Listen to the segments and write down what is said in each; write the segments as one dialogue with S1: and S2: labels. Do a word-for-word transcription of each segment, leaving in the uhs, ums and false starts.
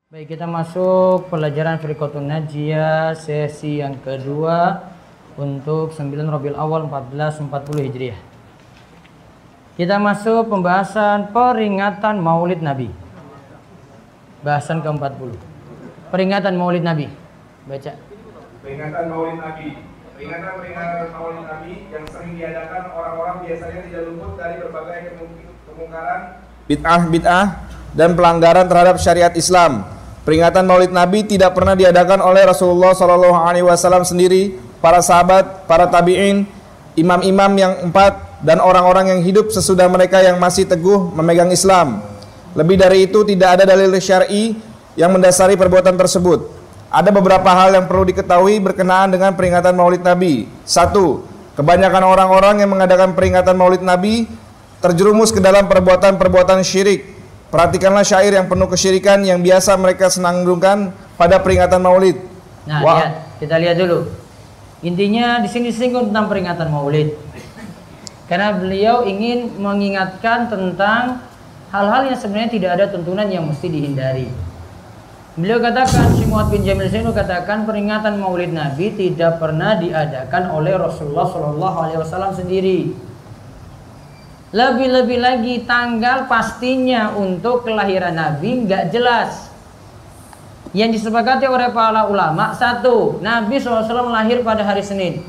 S1: Baik, kita masuk pelajaran Firqatun Najiyah sesi yang kedua untuk sembilan Rabiul Awal empat belas empat puluh Hijriah. Kita masuk pembahasan peringatan Maulid Nabi. Bahasan ke empat puluh. Peringatan Maulid Nabi. Baca.
S2: Peringatan Maulid Nabi. Peringatan-peringatan Maulid Nabi yang sering diadakan orang-orang biasanya tidak luput dari berbagai kemungkaran, bid'ah-bid'ah dan pelanggaran terhadap syariat Islam. Peringatan Maulid Nabi tidak pernah diadakan oleh Rasulullah shallallahu alaihi wasallam sendiri, para sahabat, para tabi'in, imam-imam yang empat, dan orang-orang yang hidup sesudah mereka yang masih teguh memegang Islam. Lebih dari itu, tidak ada dalil syar'i yang mendasari perbuatan tersebut. Ada beberapa hal yang perlu diketahui berkenaan dengan peringatan Maulid Nabi. Satu, kebanyakan orang-orang yang mengadakan peringatan Maulid Nabi terjerumus ke dalam perbuatan-perbuatan syirik. Perhatikanlah syair yang penuh kesyirikan yang biasa mereka senandungkan pada peringatan Maulid.
S1: Nah,
S2: Wah.
S1: lihat, kita lihat dulu. Intinya di sini singgung tentang peringatan Maulid. Karena beliau ingin mengingatkan tentang hal-hal yang sebenarnya tidak ada tuntunan yang mesti dihindari. Beliau katakan, Syekh Muhammad bin Jamil Zainu katakan peringatan Maulid Nabi tidak pernah diadakan oleh Rasulullah shallallahu alaihi wasallam sendiri. Lebih-lebih lagi tanggal pastinya untuk kelahiran Nabi nggak jelas. Yang disepakati oleh para ulama, satu, Nabi shallallahu alaihi wasallam lahir pada hari Senin.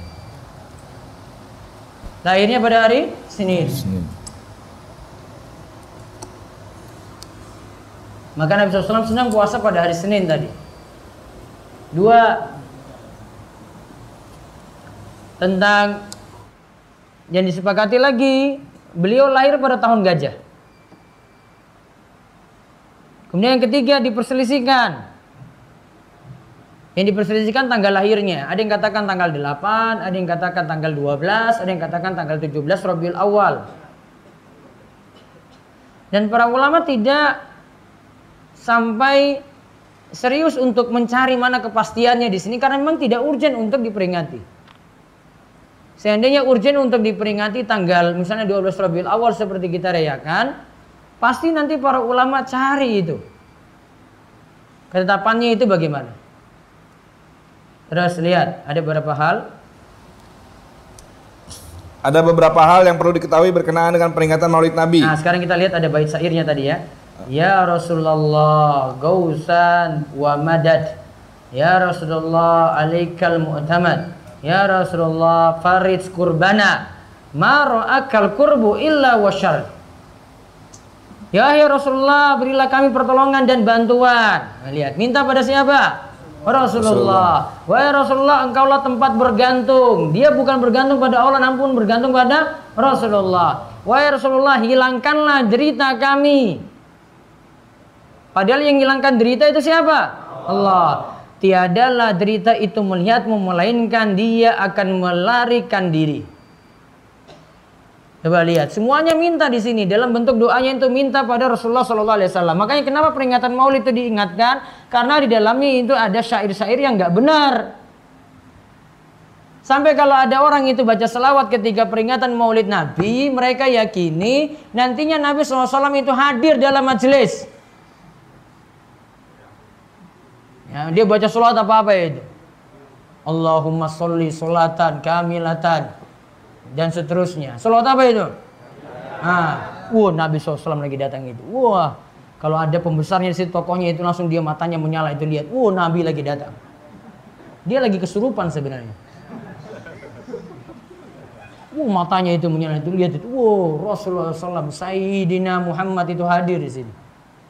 S1: Lahirnya pada hari Senin. Senin. Maka Nabi shallallahu alaihi wasallam senang puasa pada hari Senin tadi. Dua, tentang yang disepakati lagi, beliau lahir pada tahun gajah. Kemudian yang ketiga diperselisihkan. Yang diperselisihkan tanggal lahirnya. Ada yang katakan tanggal delapan, ada yang katakan tanggal dua belas, ada yang katakan tanggal tujuh belas Rabiul Awal. Dan para ulama tidak sampai serius untuk mencari mana kepastiannya di sini karena memang tidak urgen untuk diperingati. Seandainya urgen untuk diperingati tanggal misalnya dua belas Rabiul Awal seperti kita rayakan, pasti nanti para ulama cari itu. Ketetapannya itu bagaimana? Terus lihat, ada beberapa hal.
S2: Ada beberapa hal yang perlu diketahui berkenaan dengan peringatan Maulid Nabi.
S1: Nah, sekarang kita lihat ada bait syairnya tadi ya. Ya Rasulullah gausan wa madad. Ya Rasulullah alaikal mu'tamad. Ya Rasulullah farid kurbana ma ra'akal kurbu illa wasyar. Ya ya Rasulullah berilah kami pertolongan dan bantuan. Nah, lihat, minta pada siapa? Rasulullah. Wahai Rasulullah, engkaulah tempat bergantung. Dia bukan bergantung pada Allah, namun bergantung pada Rasulullah. Wahai Rasulullah, hilangkanlah derita kami. Padahal yang hilangkan derita itu siapa? Allah. Tiadalah derita itu melihatmu, melainkan dia akan melarikan diri. Coba lihat, semuanya minta di sini dalam bentuk doanya itu minta pada Rasulullah shallallahu alaihi wasallam. Makanya kenapa peringatan Maulid itu diingatkan? Karena di dalamnya itu ada syair-syair yang nggak benar. Sampai kalau ada orang itu baca selawat ketika peringatan Maulid Nabi, mereka yakini nantinya Nabi shallallahu alaihi wasallam itu hadir dalam majelis. Ya, dia baca sholat apa-apa itu. Allahumma sholli sholatan kamilatan dan seterusnya. Sholat apa itu? Ah, wah Nabi shallallahu alaihi wasallam lagi datang itu. Wah, kalau ada pembesarnya di situ tokohnya itu langsung dia matanya menyala itu lihat. Wah Nabi lagi datang. Dia lagi kesurupan sebenarnya. Wah matanya itu menyala itu lihat itu. Wah Rasulullah shallallahu alaihi wasallam Sayyidina Muhammad itu hadir di sini.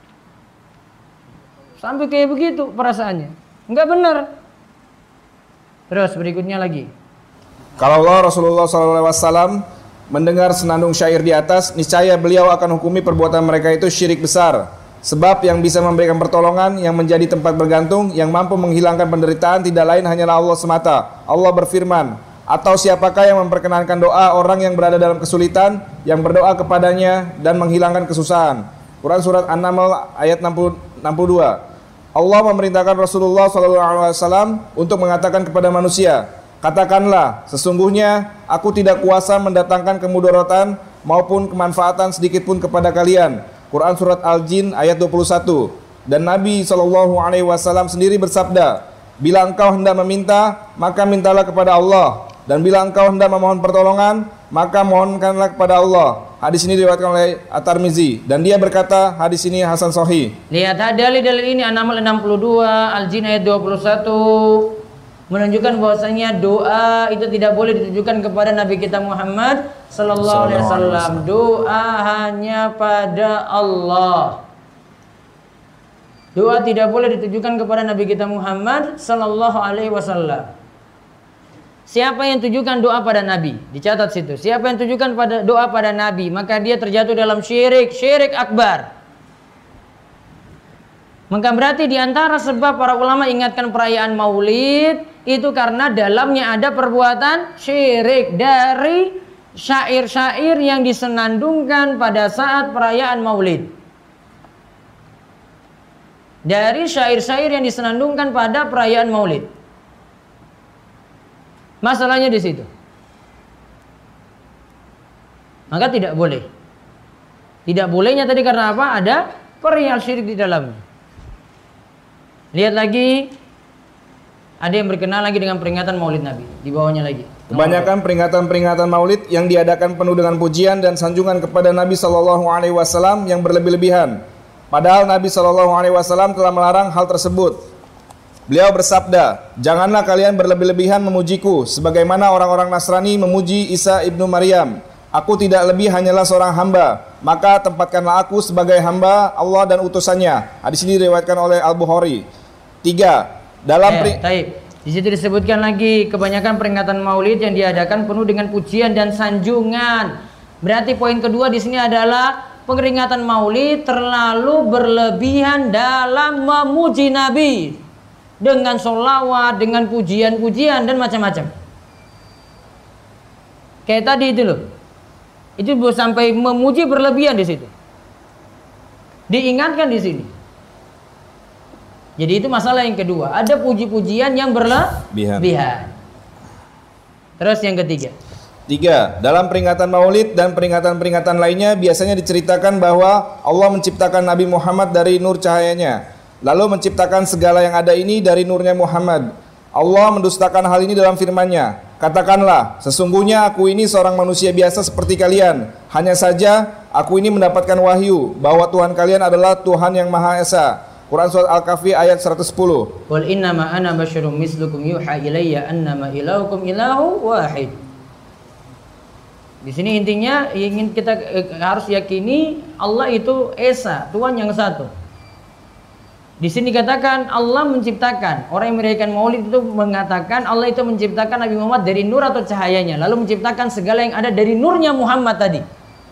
S1: Sampai kayak begitu perasaannya. Enggak benar. Terus berikutnya lagi.
S2: Kalau Allah Rasulullah shallallahu alaihi wasallam mendengar senandung syair di atas, niscaya beliau akan hukumi perbuatan mereka itu syirik besar. Sebab yang bisa memberikan pertolongan, yang menjadi tempat bergantung, yang mampu menghilangkan penderitaan tidak lain hanyalah Allah semata. Allah berfirman, atau siapakah yang memperkenankan doa orang yang berada dalam kesulitan, yang berdoa kepadanya dan menghilangkan kesusahan. Quran surat An-Naml ayat enam puluh dua. Allah memerintahkan Rasulullah shallallahu alaihi wasallam untuk mengatakan kepada manusia, katakanlah, sesungguhnya aku tidak kuasa mendatangkan kemudaratan maupun kemanfaatan sedikitpun kepada kalian. Quran surat Al-Jin ayat dua puluh satu. Dan Nabi shallallahu alaihi wasallam sendiri bersabda, bila engkau hendak meminta, maka mintalah kepada Allah, dan bila engkau hendak memohon pertolongan, maka mohonkanlah kepada Allah. Hadis ini diriwayatkan oleh At-Tirmizi, dan dia berkata hadis ini hasan sahih.
S1: Lihat dalil-dalil ini An-Naml enam puluh dua, Al-Jin ayat dua puluh satu menunjukkan bahwasanya doa itu tidak boleh ditujukan kepada Nabi kita Muhammad sallallahu alaihi wasallam. Doa hanya pada Allah. Doa tidak boleh ditujukan kepada Nabi kita Muhammad sallallahu alaihi wasallam. Siapa yang tujukan doa pada Nabi, dicatat situ. Siapa yang tujukan pada doa pada Nabi, maka dia terjatuh dalam syirik, syirik akbar. Maka berarti diantara sebab para ulama ingatkan perayaan Maulid itu karena dalamnya ada perbuatan syirik dari syair-syair yang disenandungkan pada saat perayaan Maulid. Dari syair-syair yang disenandungkan pada perayaan Maulid. Masalahnya di situ. Maka tidak boleh. Tidak bolehnya tadi karena apa? Ada perihal syirik di dalamnya. Lihat lagi, ada yang berkenaan lagi dengan peringatan Maulid Nabi. Di bawahnya lagi.
S2: Kebanyakan peringatan-peringatan Maulid yang diadakan penuh dengan pujian dan sanjungan kepada Nabi shallallahu alaihi wasallam yang berlebih-lebihan. Padahal Nabi shallallahu alaihi wasallam telah melarang hal tersebut. Beliau bersabda, janganlah kalian berlebih-lebihan memujiku, sebagaimana orang-orang Nasrani memuji Isa ibnu Maryam. Aku tidak lebih hanyalah seorang hamba, maka tempatkanlah aku sebagai hamba Allah dan utusannya. Hadis ini diriwayatkan oleh Al-Bukhari. Tiga, dalam
S1: eh, taib. Di situ disebutkan lagi kebanyakan peringatan Maulid yang diadakan penuh dengan pujian dan sanjungan. Berarti poin kedua di sini adalah peringatan Maulid terlalu berlebihan dalam memuji Nabi. Dengan sholawat, dengan pujian-pujian dan macam-macam. Kayak tadi itu loh. Itu sampai memuji berlebihan di situ. Diingatkan di sini. Jadi itu masalah yang kedua. Ada puji-pujian yang berlebihan. Terus yang ketiga.
S2: Tiga, dalam peringatan Maulid dan peringatan-peringatan lainnya biasanya diceritakan bahwa Allah menciptakan Nabi Muhammad dari nur cahayanya. Lalu menciptakan segala yang ada ini dari nurnya Muhammad. Allah mendustakan hal ini dalam firman-Nya. Katakanlah, sesungguhnya aku ini seorang manusia biasa seperti kalian. Hanya saja aku ini mendapatkan wahyu bahwa Tuhan kalian adalah Tuhan yang Maha Esa. Quran surat Al-Kahfi ayat seratus sepuluh.
S1: Qul innama ana basyarum mislukum yuha ilayya annama ilahukum ilahu wahid. Di sini intinya ingin kita eh, harus yakini Allah itu Esa, Tuhan yang satu. Di sini dikatakan Allah menciptakan. Orang yang merayakan Maulid itu mengatakan Allah itu menciptakan Nabi Muhammad dari nur atau cahayanya, lalu menciptakan segala yang ada dari nurnya Muhammad tadi.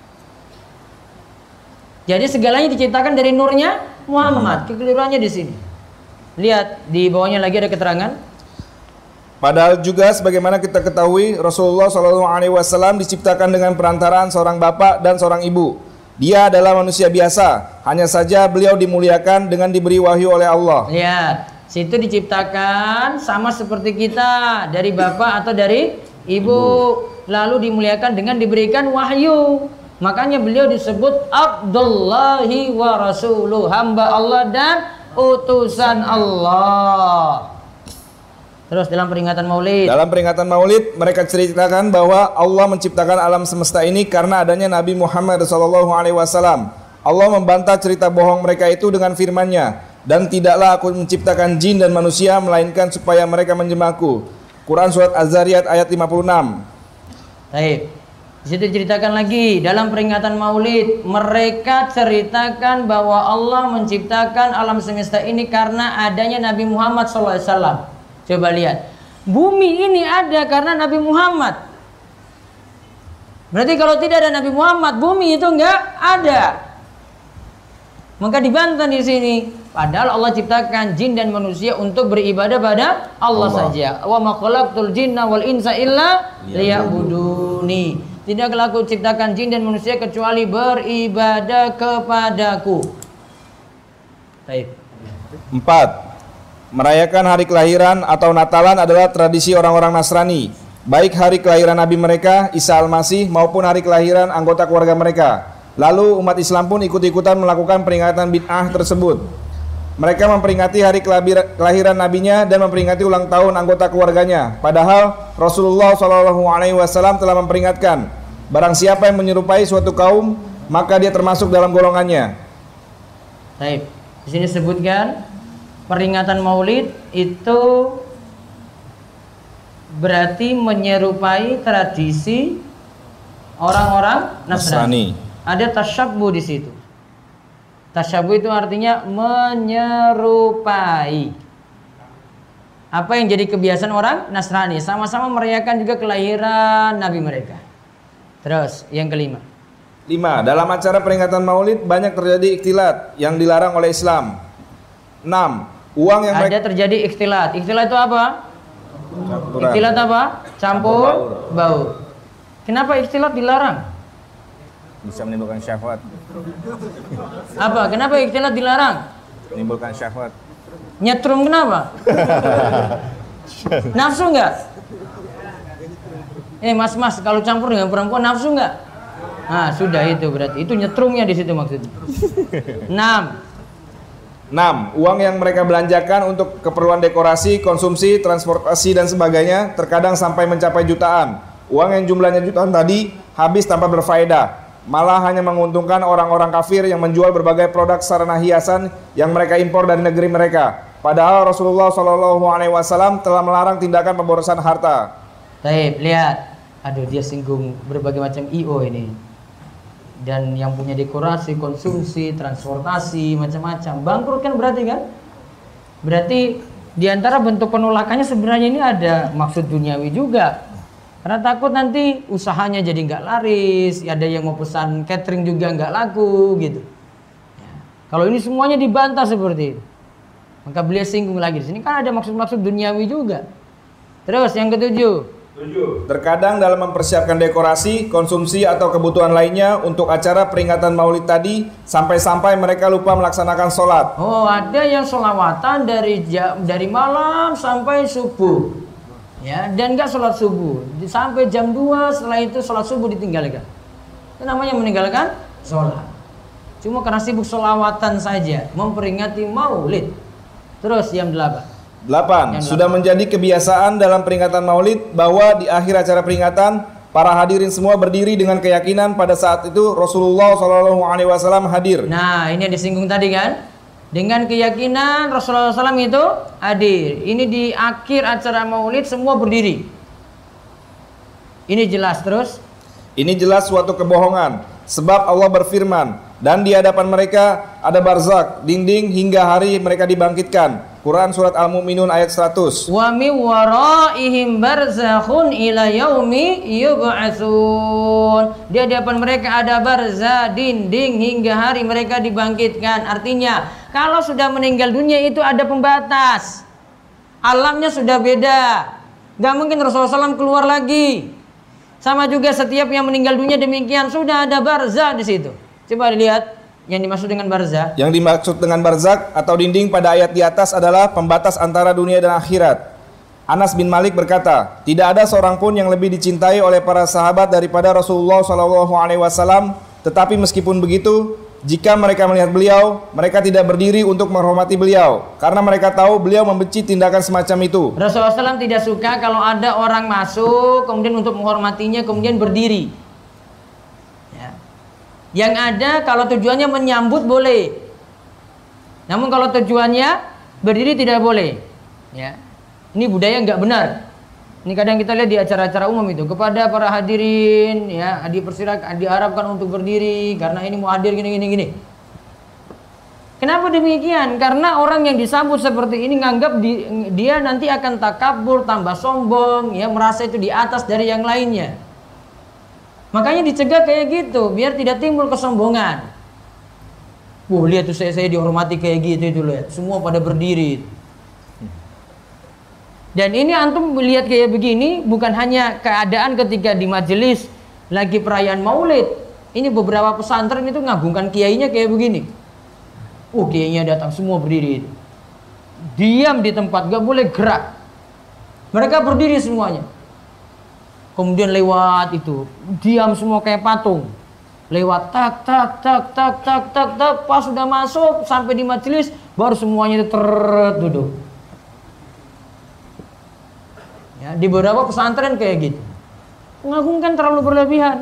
S1: Jadi segalanya diciptakan dari nurnya Muhammad. Kekeliruannya di sini. Lihat di bawahnya lagi ada keterangan.
S2: Padahal juga sebagaimana kita ketahui Rasulullah shallallahu alaihi wasallam diciptakan dengan perantaraan seorang bapak dan seorang ibu. Dia adalah manusia biasa, hanya saja beliau dimuliakan dengan diberi wahyu oleh Allah.
S1: Lihat, situ diciptakan sama seperti kita, dari bapak atau dari ibu, ibu. Lalu dimuliakan dengan diberikan wahyu. Makanya beliau disebut Abdullahi wa Rasuluh, hamba Allah dan utusan Allah. Terus dalam peringatan Maulid.
S2: Dalam peringatan Maulid mereka ceritakan bahwa Allah menciptakan alam semesta ini karena adanya Nabi Muhammad shallallahu alaihi wasallam. Allah membantah cerita bohong mereka itu dengan firman-Nya, dan tidaklah aku menciptakan jin dan manusia melainkan supaya mereka menyembahku. Quran surat Az-Zariyat ayat lima puluh enam.
S1: Baik. Di situ diceritakan lagi dalam peringatan Maulid mereka ceritakan bahwa Allah menciptakan alam semesta ini karena adanya Nabi Muhammad shallallahu alaihi wasallam. Coba lihat, bumi ini ada karena Nabi Muhammad. Berarti kalau tidak ada Nabi Muhammad, bumi itu enggak ada. Maka dibantah di sini. Padahal Allah ciptakan jin dan manusia untuk beribadah pada Allah, Allah. saja. Wa ma khalaqtul jinna wal insa illa liya'buduni. Tidaklah aku ciptakan jin dan manusia kecuali beribadah kepadaku. Baik.
S2: Empat. Merayakan hari kelahiran atau Natalan adalah tradisi orang-orang Nasrani, baik hari kelahiran Nabi mereka, Isa Al-Masih, maupun hari kelahiran anggota keluarga mereka. Lalu umat Islam pun ikut-ikutan melakukan peringatan bid'ah tersebut. Mereka memperingati hari kelahiran nabinya dan memperingati ulang tahun anggota keluarganya. Padahal Rasulullah shallallahu alaihi wasallam telah memperingatkan, barang siapa yang menyerupai suatu kaum, maka dia termasuk dalam golongannya.
S1: Baik, di sini sebutkan peringatan Maulid itu berarti menyerupai tradisi orang-orang Nasrani. Ada tasyabbuh di situ. Tasyabbuh itu artinya menyerupai apa yang jadi kebiasaan orang Nasrani, sama-sama merayakan juga kelahiran Nabi mereka. Terus yang kelima.
S2: Lima, dalam acara peringatan Maulid banyak terjadi ikhtilat yang dilarang oleh Islam. Enam, uang yang
S1: ada
S2: mereka...
S1: terjadi ikhtilat. Ikhtilat itu apa?
S2: Campuran.
S1: Ikhtilat apa? Campur
S2: baur.
S1: baur. Kenapa ikhtilat dilarang?
S2: Bisa menimbulkan syahwat.
S1: Apa? Kenapa ikhtilat dilarang?
S2: Menimbulkan syahwat.
S1: Nyetrum kenapa? Nafsu nggak? Eh mas-mas, kalau campur dengan perempuan nafsu nggak? Nah sudah, itu berarti itu nyetrumnya di situ maksudnya. Enam.
S2: Enam, uang yang mereka belanjakan untuk keperluan dekorasi, konsumsi, transportasi dan sebagainya terkadang sampai mencapai jutaan. Uang yang jumlahnya jutaan tadi habis tanpa berfaedah, malah hanya menguntungkan orang-orang kafir yang menjual berbagai produk sarana hiasan yang mereka impor dari negeri mereka. Padahal Rasulullah shallallahu alaihi wasallam telah melarang tindakan pemborosan harta.
S1: Baik, lihat. Aduh, dia singgung berbagai macam I O ini. Dan yang punya dekorasi, konsumsi, transportasi, macam-macam. Bangkrut kan berarti kan? Berarti diantara bentuk penolakannya sebenarnya ini ada maksud duniawi juga. Karena takut nanti usahanya jadi nggak laris, ada yang mau pesan catering juga nggak laku gitu. Ya. Kalau ini semuanya dibantah seperti itu, maka beliau singgung lagi di sini kan ada maksud-maksud duniawi juga. Terus yang ketujuh.
S2: Terkadang dalam mempersiapkan dekorasi, konsumsi atau kebutuhan lainnya untuk acara peringatan Maulid tadi, sampai-sampai mereka lupa melaksanakan sholat.
S1: Oh, ada yang sholawatan dari jam, dari malam sampai subuh, ya, dan nggak sholat subuh sampai jam dua. Setelah itu sholat subuh ditinggalkan. Itu namanya meninggalkan sholat. Cuma karena sibuk sholawatan saja, memperingati Maulid. Terus yang delapan.
S2: Delapan, sudah menjadi kebiasaan dalam peringatan Maulid bahwa di akhir acara peringatan para hadirin semua berdiri dengan keyakinan pada saat itu Rasulullah shallallahu alaihi wasallam hadir.
S1: Nah, ini yang disinggung tadi kan, dengan keyakinan Rasulullah shallallahu alaihi wasallam itu hadir. Ini di akhir acara Maulid semua berdiri. Ini jelas. Terus
S2: ini jelas suatu kebohongan, sebab Allah berfirman, dan di hadapan mereka ada barzak, dinding hingga hari mereka dibangkitkan. Quran surat Al-Mu'minun ayat seratus.
S1: Wa mi waraihim barzakhun ila yaumi yub'atsun. Di hadapan mereka ada barzah, dinding hingga hari mereka dibangkitkan. Artinya, kalau sudah meninggal dunia itu ada pembatas. Alamnya sudah beda. Gak mungkin Rasulullah shallallahu alaihi wasallam keluar lagi. Sama juga setiap yang meninggal dunia demikian, sudah ada barzah di situ. Coba dilihat yang dimaksud dengan barzah.
S2: Yang dimaksud dengan barzak atau dinding pada ayat di atas adalah pembatas antara dunia dan akhirat. Anas bin Malik berkata, tidak ada seorang pun yang lebih dicintai oleh para sahabat daripada Rasulullah shallallahu alaihi wasallam. Tetapi meskipun begitu, jika mereka melihat beliau, mereka tidak berdiri untuk menghormati beliau, karena mereka tahu beliau membenci tindakan semacam itu.
S1: Rasulullah shallallahu alaihi wasallam tidak suka kalau ada orang masuk, kemudian untuk menghormatinya, kemudian berdiri. Yang ada kalau tujuannya menyambut boleh, namun kalau tujuannya berdiri tidak boleh. Ya, ini budaya nggak benar. Ini kadang kita lihat di acara-acara umum itu, kepada para hadirin ya dipersilakan, diharapkan untuk berdiri karena ini mau hadir gini gini gini. Kenapa demikian? Karena orang yang disambut seperti ini nganggap di, dia nanti akan takabur, tambah sombong, ya merasa itu di atas dari yang lainnya. Makanya dicegah kayak gitu, biar tidak timbul kesombongan. Wah, lihat tuh saya, saya dihormati kayak gitu itu, lihat semua pada berdiri. Dan ini antum melihat kayak begini bukan hanya keadaan ketika di majelis lagi perayaan Maulid. Ini beberapa pesantren itu ngagungkan kiainya kayak begini. Oh, kiainya datang semua berdiri. Diam di tempat, gak boleh gerak. Mereka berdiri semuanya. Kemudian lewat itu, diam semua kayak patung. Lewat tak tak tak tak tak tak tak, pas sudah masuk sampai di majelis baru semuanya itu terduduk. Ya, di beberapa pesantren kayak gitu. Mengagungkan terlalu berlebihan.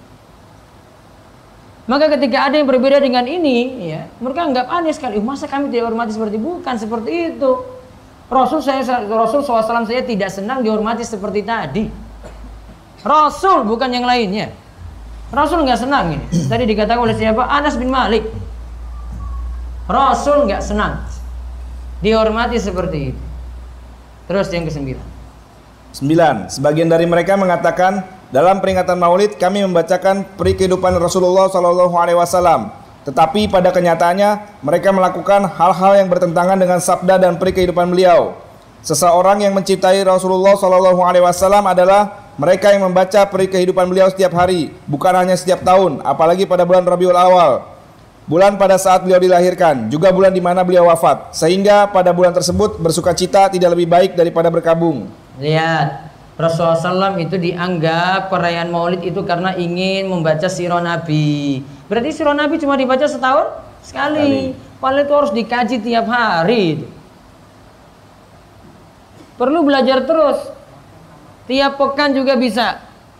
S1: Maka ketika ada yang berbeda dengan ini, ya, mereka anggap aneh sekali. Oh, masa kami tidak hormati seperti bukan seperti itu. Rasul saya Rasul shallallahu alaihi wasallam saya tidak senang dihormati seperti tadi. Rasul bukan yang lainnya. Rasul nggak senang ini. Tadi dikatakan oleh siapa? Anas bin Malik. Rasul nggak senang dihormati seperti itu. Terus yang kesembilan.
S2: Sembilan. Sebagian dari mereka mengatakan dalam peringatan Maulid kami membacakan peri kehidupan Rasulullah Shallallahu Alaihi Wasallam. Tetapi pada kenyataannya mereka melakukan hal-hal yang bertentangan dengan sabda dan peri kehidupan beliau. Seseorang yang mencintai Rasulullah Shallallahu Alaihi Wasallam adalah mereka yang membaca peri kehidupan beliau setiap hari, bukan hanya setiap tahun, apalagi pada bulan Rabiul Awal, bulan pada saat beliau dilahirkan, juga bulan di mana beliau wafat, sehingga pada bulan tersebut bersukacita tidak lebih baik daripada berkabung.
S1: Lihat, Rasulullah shallallahu alaihi wasallam itu dianggap perayaan Maulid itu karena ingin membaca sirah Nabi. Berarti sirah Nabi cuma dibaca setahun sekali. Paling itu harus dikaji tiap hari. Perlu belajar terus. Tiap pekan juga bisa.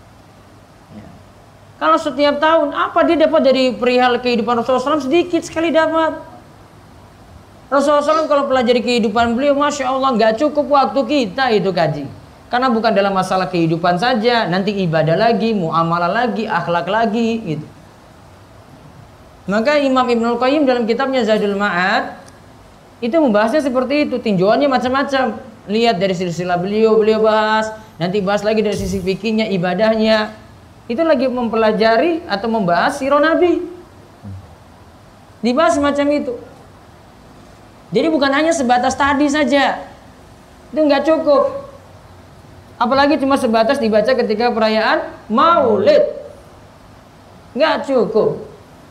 S1: Kalau setiap tahun, apa dia dapat dari perihal kehidupan Rasulullah shallallahu alaihi wasallam? Sedikit sekali dapat. Rasulullah shallallahu alaihi wasallam kalau pelajari kehidupan beliau, Masya Allah, nggak cukup waktu kita itu kaji. Karena bukan dalam masalah kehidupan saja, nanti ibadah lagi, muamalah lagi, akhlak lagi, gitu. Maka Imam Ibnul Qayyim dalam kitabnya Zadul Ma'ad itu membahasnya seperti itu, tinjauannya macam-macam. Lihat dari silsilah beliau, beliau bahas, nanti bahas lagi dari sisi fikihnya, ibadahnya. Itu lagi mempelajari atau membahas sirah Nabi. Dibahas semacam itu. Jadi bukan hanya sebatas tadi saja. Itu nggak cukup. Apalagi cuma sebatas dibaca ketika perayaan Maulid. Nggak cukup.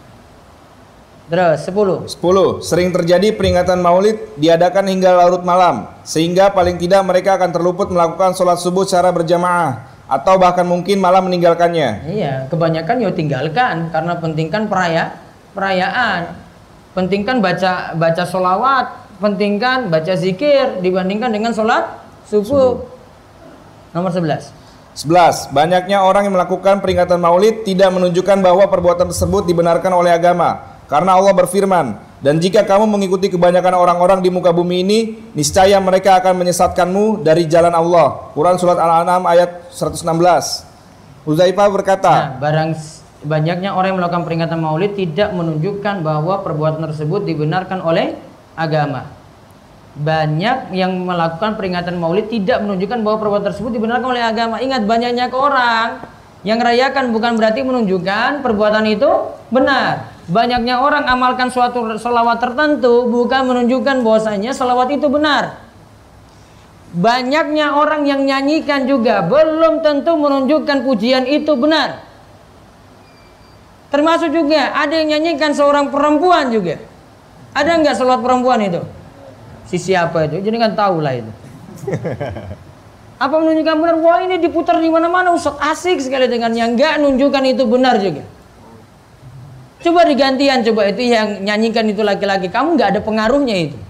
S1: Terus sepuluh.
S2: Sepuluh. Sering terjadi peringatan Maulid diadakan hingga larut malam, sehingga paling tidak mereka akan terluput melakukan sholat subuh secara berjamaah, atau bahkan mungkin malah meninggalkannya.
S1: Iya, kebanyakan ya tinggalkan karena pentingkan peraya, perayaan, pentingkan baca baca sholawat, pentingkan baca zikir dibandingkan dengan sholat subuh. subuh. Nomor sebelas.
S2: Sebelas. Banyaknya orang yang melakukan peringatan Maulid tidak menunjukkan bahwa perbuatan tersebut dibenarkan oleh agama. Karena Allah berfirman, dan jika kamu mengikuti kebanyakan orang-orang di muka bumi ini, niscaya mereka akan menyesatkanmu dari jalan Allah. Quran Surat Al-An'am ayat seratus enam belas. Hudzaifah berkata,
S1: nah, barang banyaknya orang yang melakukan peringatan Maulid tidak menunjukkan bahwa perbuatan tersebut dibenarkan oleh agama. Banyak yang melakukan peringatan Maulid tidak menunjukkan bahwa perbuatan tersebut dibenarkan oleh agama. Ingat, banyaknya orang yang rayakan bukan berarti menunjukkan perbuatan itu benar. Banyaknya orang amalkan suatu selawat tertentu bukan menunjukkan bahwasanya selawat itu benar. Banyaknya orang yang nyanyikan juga belum tentu menunjukkan pujian itu benar. Termasuk juga ada yang nyanyikan seorang perempuan juga. Ada nggak selawat perempuan itu? Si siapa itu? Jadi kan tahu lah itu. Apa menunjukkan benar? Wah, ini diputar di mana-mana, Ustaz, asik sekali dengan yang nggak menunjukkan itu benar juga. Coba digantian, coba itu yang nyanyikan itu laki-laki, kamu nggak ada pengaruhnya itu.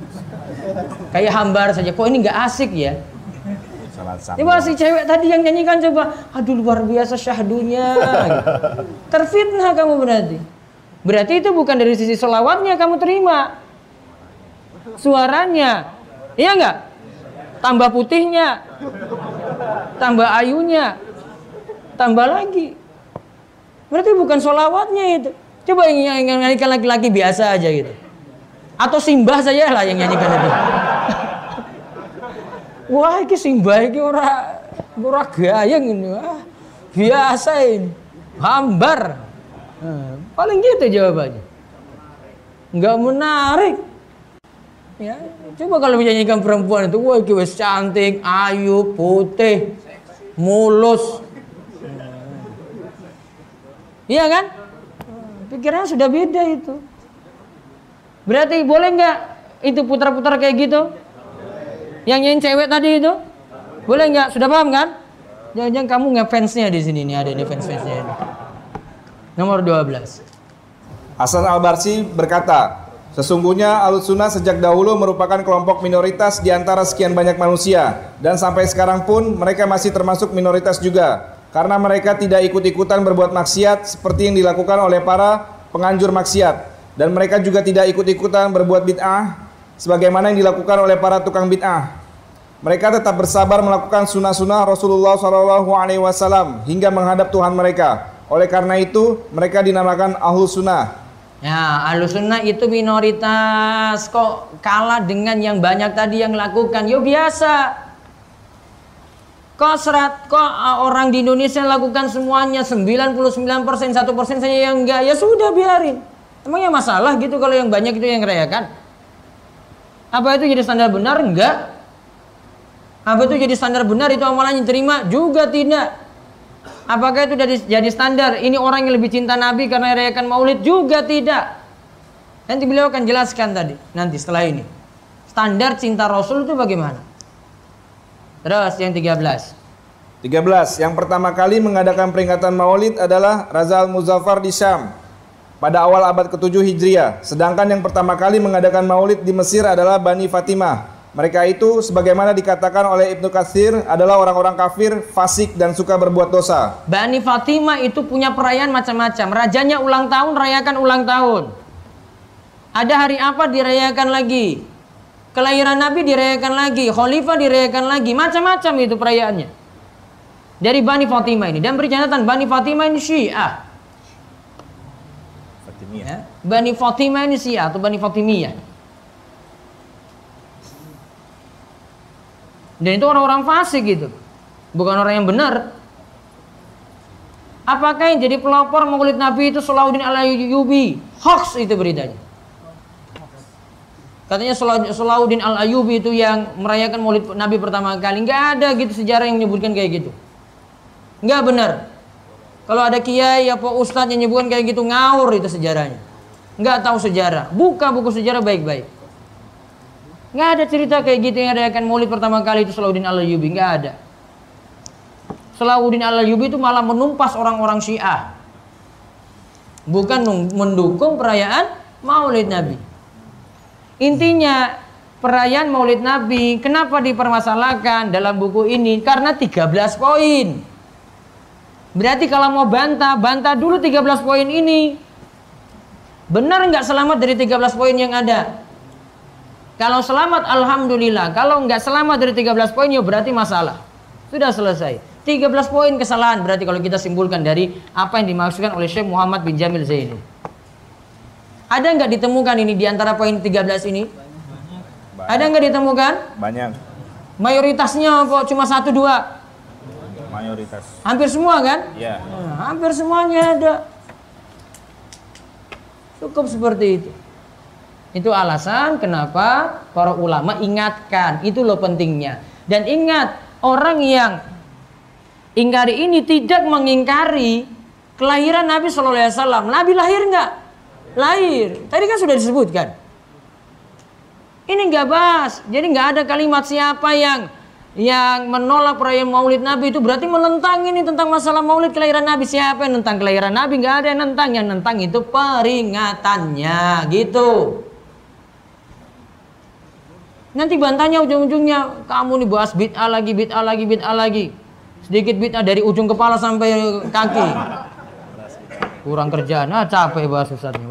S1: Kayak hambar saja, kok ini nggak asik ya? Coba si cewek tadi yang nyanyikan coba, aduh luar biasa syahdunya. Terfitnah kamu berarti. Berarti itu bukan dari sisi sholawatnya kamu terima. Suaranya, iya nggak? Tambah putihnya, tambah ayunya, tambah lagi. Berarti bukan sholawatnya itu. Coba yang nyanyikan laki-laki biasa aja gitu. Atau simbah saja lah yang nyanyikan itu. Wah, ini simbah ini ora ora gayeng ini. Wah, biasa ini. Hambar. Nah, paling gitu jawabannya. Enggak menarik. Ya, coba kalau menyanyikan perempuan itu, wah, ini wis cantik, ayu, putih, mulus. Iya kan? Pikirannya sudah beda itu. Berarti boleh nggak itu putar-putar kayak gitu? Yang nyanyi cewek tadi itu? Boleh nggak? Sudah paham kan? Jangan-jangan kamu nggak fansnya di sini nih, ada nih fans-fansnya ini. Nomor dua belas.
S2: Hasan Al-Barsi berkata, sesungguhnya Ahlus Sunnah sejak dahulu merupakan kelompok minoritas di antara sekian banyak manusia, dan sampai sekarang pun mereka masih termasuk minoritas juga, karena mereka tidak ikut-ikutan berbuat maksiat seperti yang dilakukan oleh para penganjur maksiat, dan mereka juga tidak ikut-ikutan berbuat bid'ah sebagaimana yang dilakukan oleh para tukang bid'ah. Mereka tetap bersabar melakukan sunnah-sunnah Rasulullah shallallahu alaihi wasallam hingga menghadap Tuhan mereka. Oleh karena itu mereka dinamakan Ahlus Sunnah.
S1: Ya, Ahlus Sunnah itu minoritas, kok kalah dengan yang banyak tadi yang lakukan. Yo biasa. Kok serat, kok orang di Indonesia lakukan semuanya sembilan puluh sembilan persen, satu persen saja yang enggak, ya sudah biarin. Emangnya masalah gitu kalau yang banyak itu yang rayakan? Apa itu jadi standar benar? Enggak. Apa itu jadi standar benar, itu amalannya diterima? Juga tidak. Apakah itu jadi, jadi standar ini orang yang lebih cinta Nabi karena rayakan maulid? Juga tidak. Nanti beliau akan jelaskan tadi, nanti setelah ini standar cinta Rasul itu bagaimana. Terus yang tiga belas.
S2: tiga belas. Yang pertama kali mengadakan peringatan maulid adalah Raza al-Muzaffar di Syam pada awal abad ketujuh Hijriah. Sedangkan yang pertama kali mengadakan maulid di Mesir adalah Bani Fatimah. Mereka itu sebagaimana dikatakan oleh Ibnu Katsir adalah orang-orang kafir, fasik dan suka berbuat dosa.
S1: Bani Fatimah itu punya perayaan macam-macam. Rajanya ulang tahun, rayakan ulang tahun. Ada hari apa dirayakan lagi. Kelahiran Nabi dirayakan lagi, khalifah dirayakan lagi, macam-macam itu perayaannya. Dari Bani Fatimah ini, dan beri catatan Bani Fatimah ini Syiah. Fatimiyah. Ya. Bani Fatimah ini Syiah atau Bani Fatimiyah. Dan itu orang-orang fasik gitu, bukan orang yang benar. Apakah yang jadi pelopor maulid Nabi itu Salahuddin Al-Ayyubi? Hoax itu beritanya. Katanya Salahuddin Al-Ayyubi itu yang merayakan maulid Nabi pertama kali. Nggak ada gitu sejarah yang menyebutkan kayak gitu. Nggak benar. Kalau ada kiai apa ustadz yang menyebutkan kayak gitu, ngawur itu sejarahnya. Nggak tahu sejarah. Buka buku sejarah baik-baik. Nggak ada cerita kayak gitu yang rayakan maulid pertama kali itu Salahuddin Al-Ayyubi. Nggak ada. Salahuddin Al-Ayyubi itu malah menumpas orang-orang Syiah, bukan mendukung perayaan maulid Nabi. Intinya perayaan maulid Nabi kenapa dipermasalahkan dalam buku ini? Karena tiga belas poin. Berarti kalau mau bantah, bantah dulu tiga belas poin ini. Benar nggak selamat dari tiga belas poin yang ada? Kalau selamat alhamdulillah, kalau nggak selamat dari tiga belas poin ya berarti masalah. Sudah selesai. tiga belas poin kesalahan berarti kalau kita simpulkan dari apa yang dimaksudkan oleh Syekh Muhammad bin Jamil Zaini. Ada nggak ditemukan ini di antara poin tiga belas ini? Banyak. Ada nggak ditemukan? Banyak. Mayoritasnya kok cuma satu dua? Mayoritas. Hampir semua kan? Iya. Nah, hampir semuanya ada. Cukup seperti itu. Itu alasan kenapa para ulama ingatkan, itu loh pentingnya. Dan ingat, orang yang ingkari ini tidak mengingkari kelahiran Nabi shallallahu alaihi wasallam. Nabi lahir nggak? Lahir. Tadi kan sudah disebutkan. Ini nggak bahas. Jadi nggak ada kalimat siapa yang yang menolak perayaan maulid Nabi itu berarti menentang ini tentang masalah maulid kelahiran Nabi. Siapa yang nentang kelahiran Nabi? Nggak ada yang nentang. Yang nentang itu peringatannya, gitu. Nanti bantahnya ujung-ujungnya kamu nih bahas bid'ah lagi, bid'ah lagi, bid'ah lagi. Sedikit bid'ah dari ujung kepala sampai kaki. Kurang kerjaan, ah capek bahas ustadznya.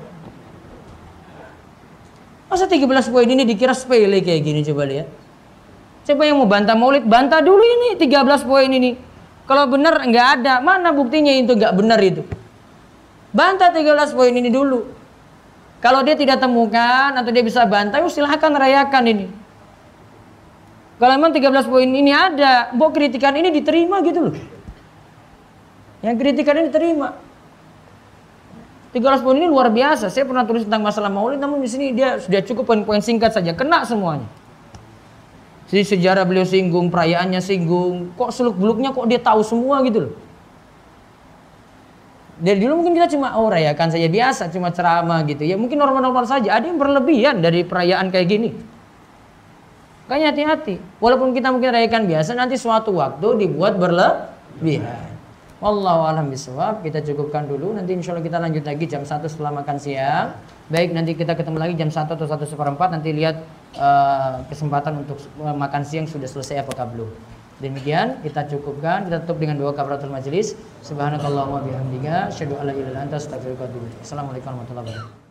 S1: Masa tiga belas poin ini dikira sepele kayak gini, coba lihat. Siapa yang mau bantah maulid, bantah dulu ini tiga belas poin ini. Kalau benar nggak ada, mana buktinya itu nggak benar itu? Bantah tiga belas poin ini dulu. Kalau dia tidak temukan atau dia bisa bantah, silahkan rayakan ini. Kalau memang tiga belas poin ini ada, bahwa kritikan ini diterima gitu loh. Yang kritikan ini diterima. tiga belas poin ini luar biasa. Saya pernah tulis tentang masalah maulid, namun di sini dia sudah cukup poin-poin singkat saja, kena semuanya. Jadi sejarah beliau singgung, perayaannya singgung, kok seluk-beluknya kok dia tahu semua gitu loh. Dari dulu mungkin kita cuma oh rayakan saja biasa, cuma ceramah gitu ya, mungkin normal-normal saja. Ada yang berlebihan dari perayaan kayak gini. Makanya hati-hati. Walaupun kita mungkin rayakan biasa, nanti suatu waktu dibuat berlebihan. Wallahu a'lam bishawab. Kita cukupkan dulu. Nanti insya Allah kita lanjut lagi jam satu setelah makan siang. Baik, nanti kita ketemu lagi jam satu atau satu seperempat. Nanti lihat uh, kesempatan untuk uh, makan siang sudah selesai apakah belum. Demikian kita cukupkan. Kita tutup dengan doa kafaratul majelis. Subhanakallahumma bihamdika asyhadu an la ilaha illa anta astaghfiruka wa atubu ilaik. Assalamualaikum warahmatullahi wabarakatuh.